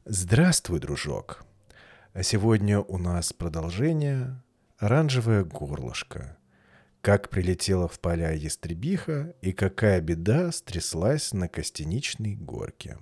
Здравствуй, дружок. А сегодня у нас продолжение «Оранжевое горлышко». Как прилетела в поля ястребиха и какая беда стряслась на Костяничной горке.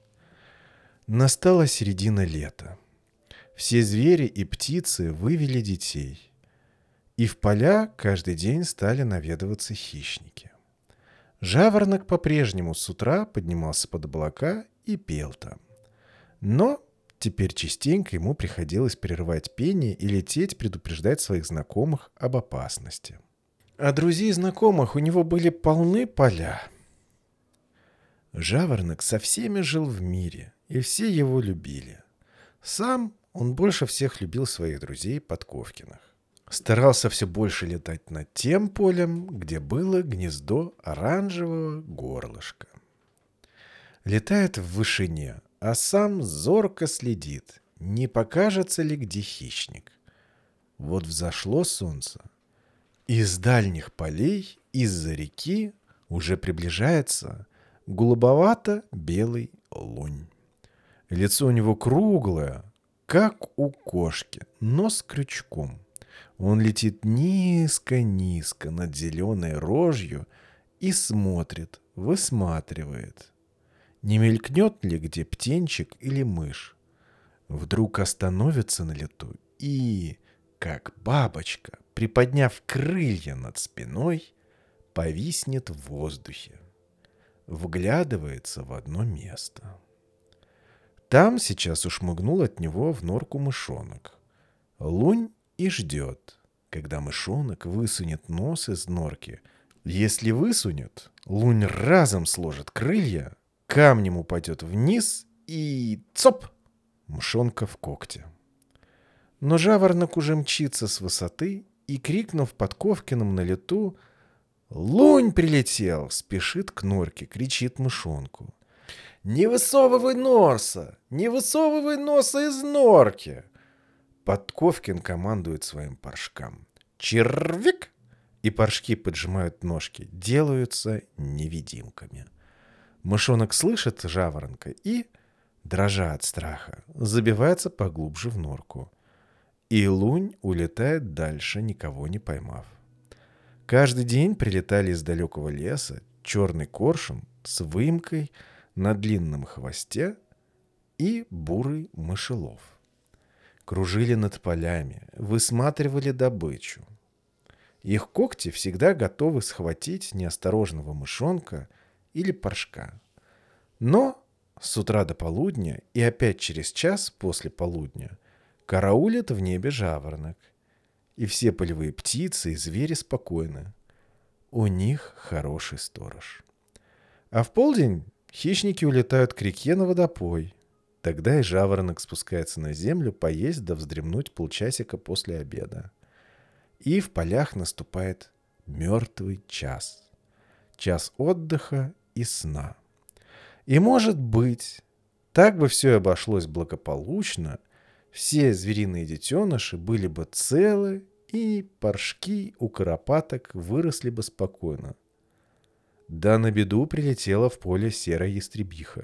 Настала середина лета. Все звери и птицы вывели детей. И в поля каждый день стали наведываться хищники. Жаворонок по-прежнему с утра поднимался под облака и пел там. Но теперь частенько ему приходилось прерывать пение и лететь предупреждать своих знакомых об опасности. А друзей и знакомых у него были полны поля. Жаворонок со всеми жил в мире, и все его любили. Сам он больше всех любил своих друзей Подковкиных. Старался все больше летать над тем полем, где было гнездо оранжевого горлышка. Летает в вышине, а сам зорко следит, не покажется ли где хищник. Вот взошло солнце. Из дальних полей, из-за реки уже приближается голубовато-белый лунь. Лицо у него круглое, как у кошки, но с крючком. Он летит низко-низко над зеленой рожью и смотрит, высматривает. Не мелькнет ли где птенчик или мышь? Вдруг остановится на лету и, как бабочка, приподняв крылья над спиной, повиснет в воздухе. Вглядывается в одно место. Там сейчас ушмыгнул от него в норку мышонок. Лунь и ждет, когда мышонок высунет нос из норки. Если высунет, лунь разом сложит крылья, камнем упадет вниз и цоп! Мышонка в когте. Но жаворонок уже мчится с высоты и, крикнув Подковкиным на лету: «Лунь прилетел!» спешит к норке, кричит мышонку: «Не высовывай носа! Не высовывай носа из норки!» Подковкин командует своим паршкам: «Червик!» И паршки поджимают ножки, делаются невидимками. Мышонок слышит жаворонка и, дрожа от страха, забивается поглубже в норку. И лунь улетает дальше, никого не поймав. Каждый день прилетали из далекого леса черный коршун с выемкой на длинном хвосте и бурый мышелов. Кружили над полями, высматривали добычу. Их когти всегда готовы схватить неосторожного мышонка или паршка. Но с утра до полудня и опять через час после полудня караулит в небе жаворонок. И все полевые птицы и звери спокойны. У них хороший сторож. А в полдень хищники улетают к реке на водопой. Тогда и жаворонок спускается на землю поесть да вздремнуть полчасика после обеда. И в полях наступает мертвый час. Час отдыха и сна. И, может быть, так бы все обошлось благополучно, все звериные детеныши были бы целы, и паршки у куропаток выросли бы спокойно. Да на беду прилетела в поле серая ястребиха.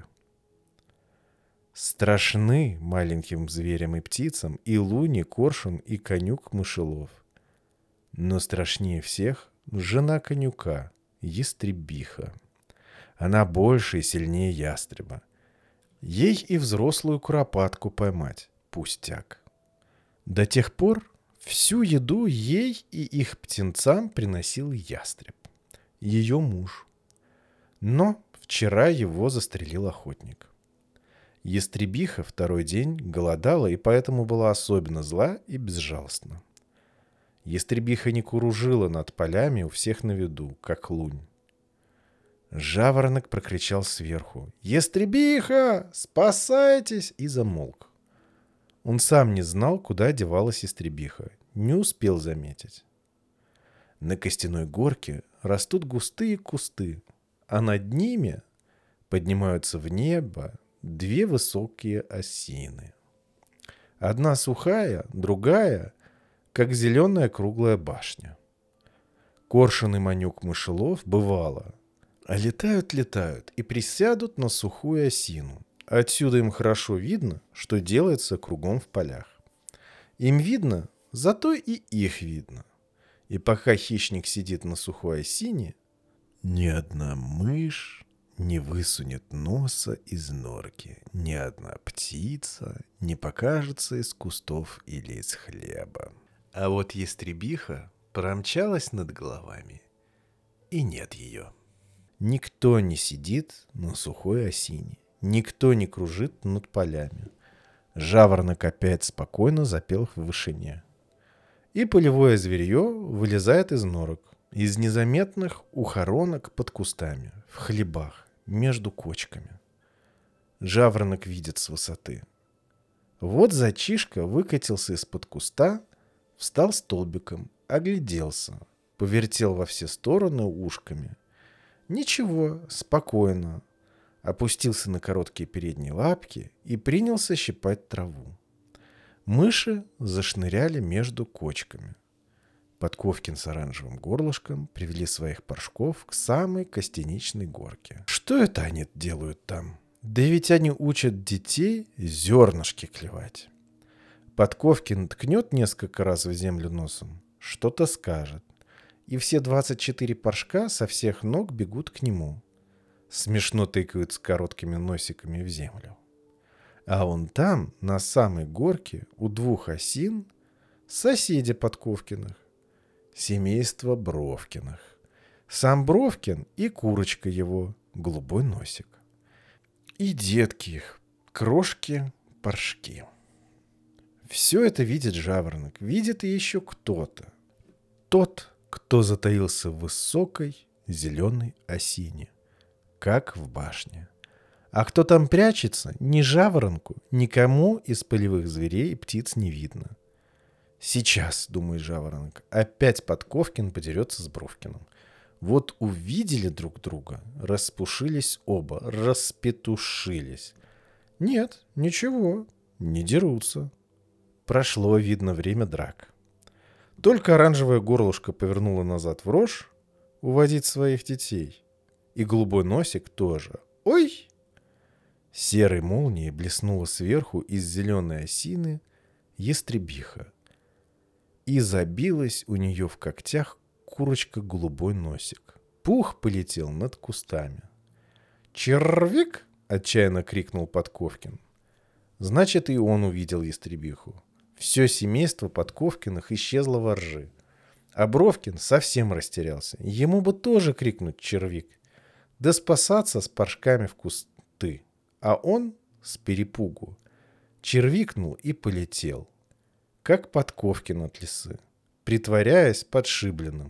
Страшны маленьким зверям и птицам и лунь, и коршун, и конюк-мышелов. Но страшнее всех жена конюка, ястребиха. Она больше и сильнее ястреба. Ей и взрослую куропатку поймать пустяк. До тех пор всю еду ей и их птенцам приносил ястреб, ее муж. Но вчера его застрелил охотник. Ястребиха второй день голодала и поэтому была особенно зла и безжалостна. Ястребиха не кружила над полями у всех на виду, как лунь. Жаворонок прокричал сверху: «Ястребиха, спасайтесь!» и замолк. Он сам не знал, куда девалась ястребиха, не успел заметить. На Костяной горке растут густые кусты, а над ними поднимаются в небо две высокие осины. Одна сухая, другая, как зеленая круглая башня. Коршун и манюк-мышелов бывало, а летают и присядут на сухую осину Отсюда им хорошо видно, что делается кругом в полях. Им видно, зато и их видно. И пока хищник сидит на сухой осине, ни одна мышь не высунет носа из норки, ни одна птица не покажется из кустов или из хлеба. А вот ястребиха промчалась над головами, и нет ее. Никто не сидит на сухой осине, никто не кружит над полями. Жаворонок опять спокойно запел в вышине. И полевое зверье вылезает из норок, из незаметных ухоронок под кустами, в хлебах, между кочками. Жаворонок видит с высоты. Вот зайчишка выкатился из-под куста, встал столбиком, огляделся, повертел во все стороны ушками. Ничего, спокойно. Опустился на короткие передние лапки и принялся щипать траву. Мыши зашныряли между кочками. Подковкин с оранжевым горлышком привели своих паршков к самой костяничной горке. Что это они делают там? Да ведь они учат детей зернышки клевать. Подковкин ткнет несколько раз в землю носом, что-то скажет, и все 24 паршка со всех ног бегут к нему. Смешно тыкаются короткими носиками в землю. А вон там, на самой горке, у двух осин, соседи Подковкиных. Семейство Бровкиных. Сам Бровкин и курочка его, голубой носик. И детки их, крошки-паршки. Все это видит жаворонок, видит и еще кто-то. Тот, кто затаился в высокой зеленой осине, как в башне. А кто там прячется, ни жаворонку, никому из полевых зверей и птиц не видно. Сейчас, думает жаворонок, опять Подковкин подерется с Бровкиным. Вот увидели друг друга, распушились оба, распетушились. Нет, ничего, не дерутся. Прошло, видно, время драк. Только оранжевое горлышко повернуло назад в рожь уводить своих детей. И голубой носик тоже. Ой! Серой молнией блеснула сверху из зеленой осины ястребиха. И забилась у нее в когтях курочка голубой носик. Пух полетел над кустами. «Червик!» — отчаянно крикнул Подковкин. Значит, и он увидел ястребиху. Все семейство Подковкиных исчезло во ржи. А Бровкин совсем растерялся. Ему бы тоже крикнуть «червик!» да спасаться с паршками в кусты. А он с перепугу червикнул и полетел, как Подковкин от лисы, притворяясь подшибленным.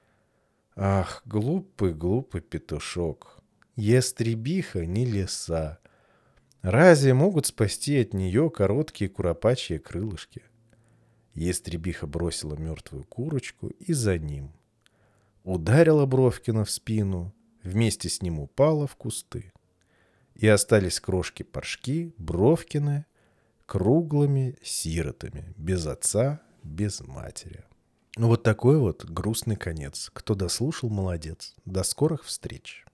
Ах, глупый, глупый петушок! Ястребиха не лиса. Разве могут спасти от нее короткие куропачьи крылышки? Ястребиха бросила мертвую курочку и за ним. Ударила Бровкина в спину, вместе с ним упала в кусты. И остались крошки-паршки Бровкины круглыми сиротами, без отца, без матери. Вот такой вот грустный конец. Кто дослушал, молодец. До скорых встреч.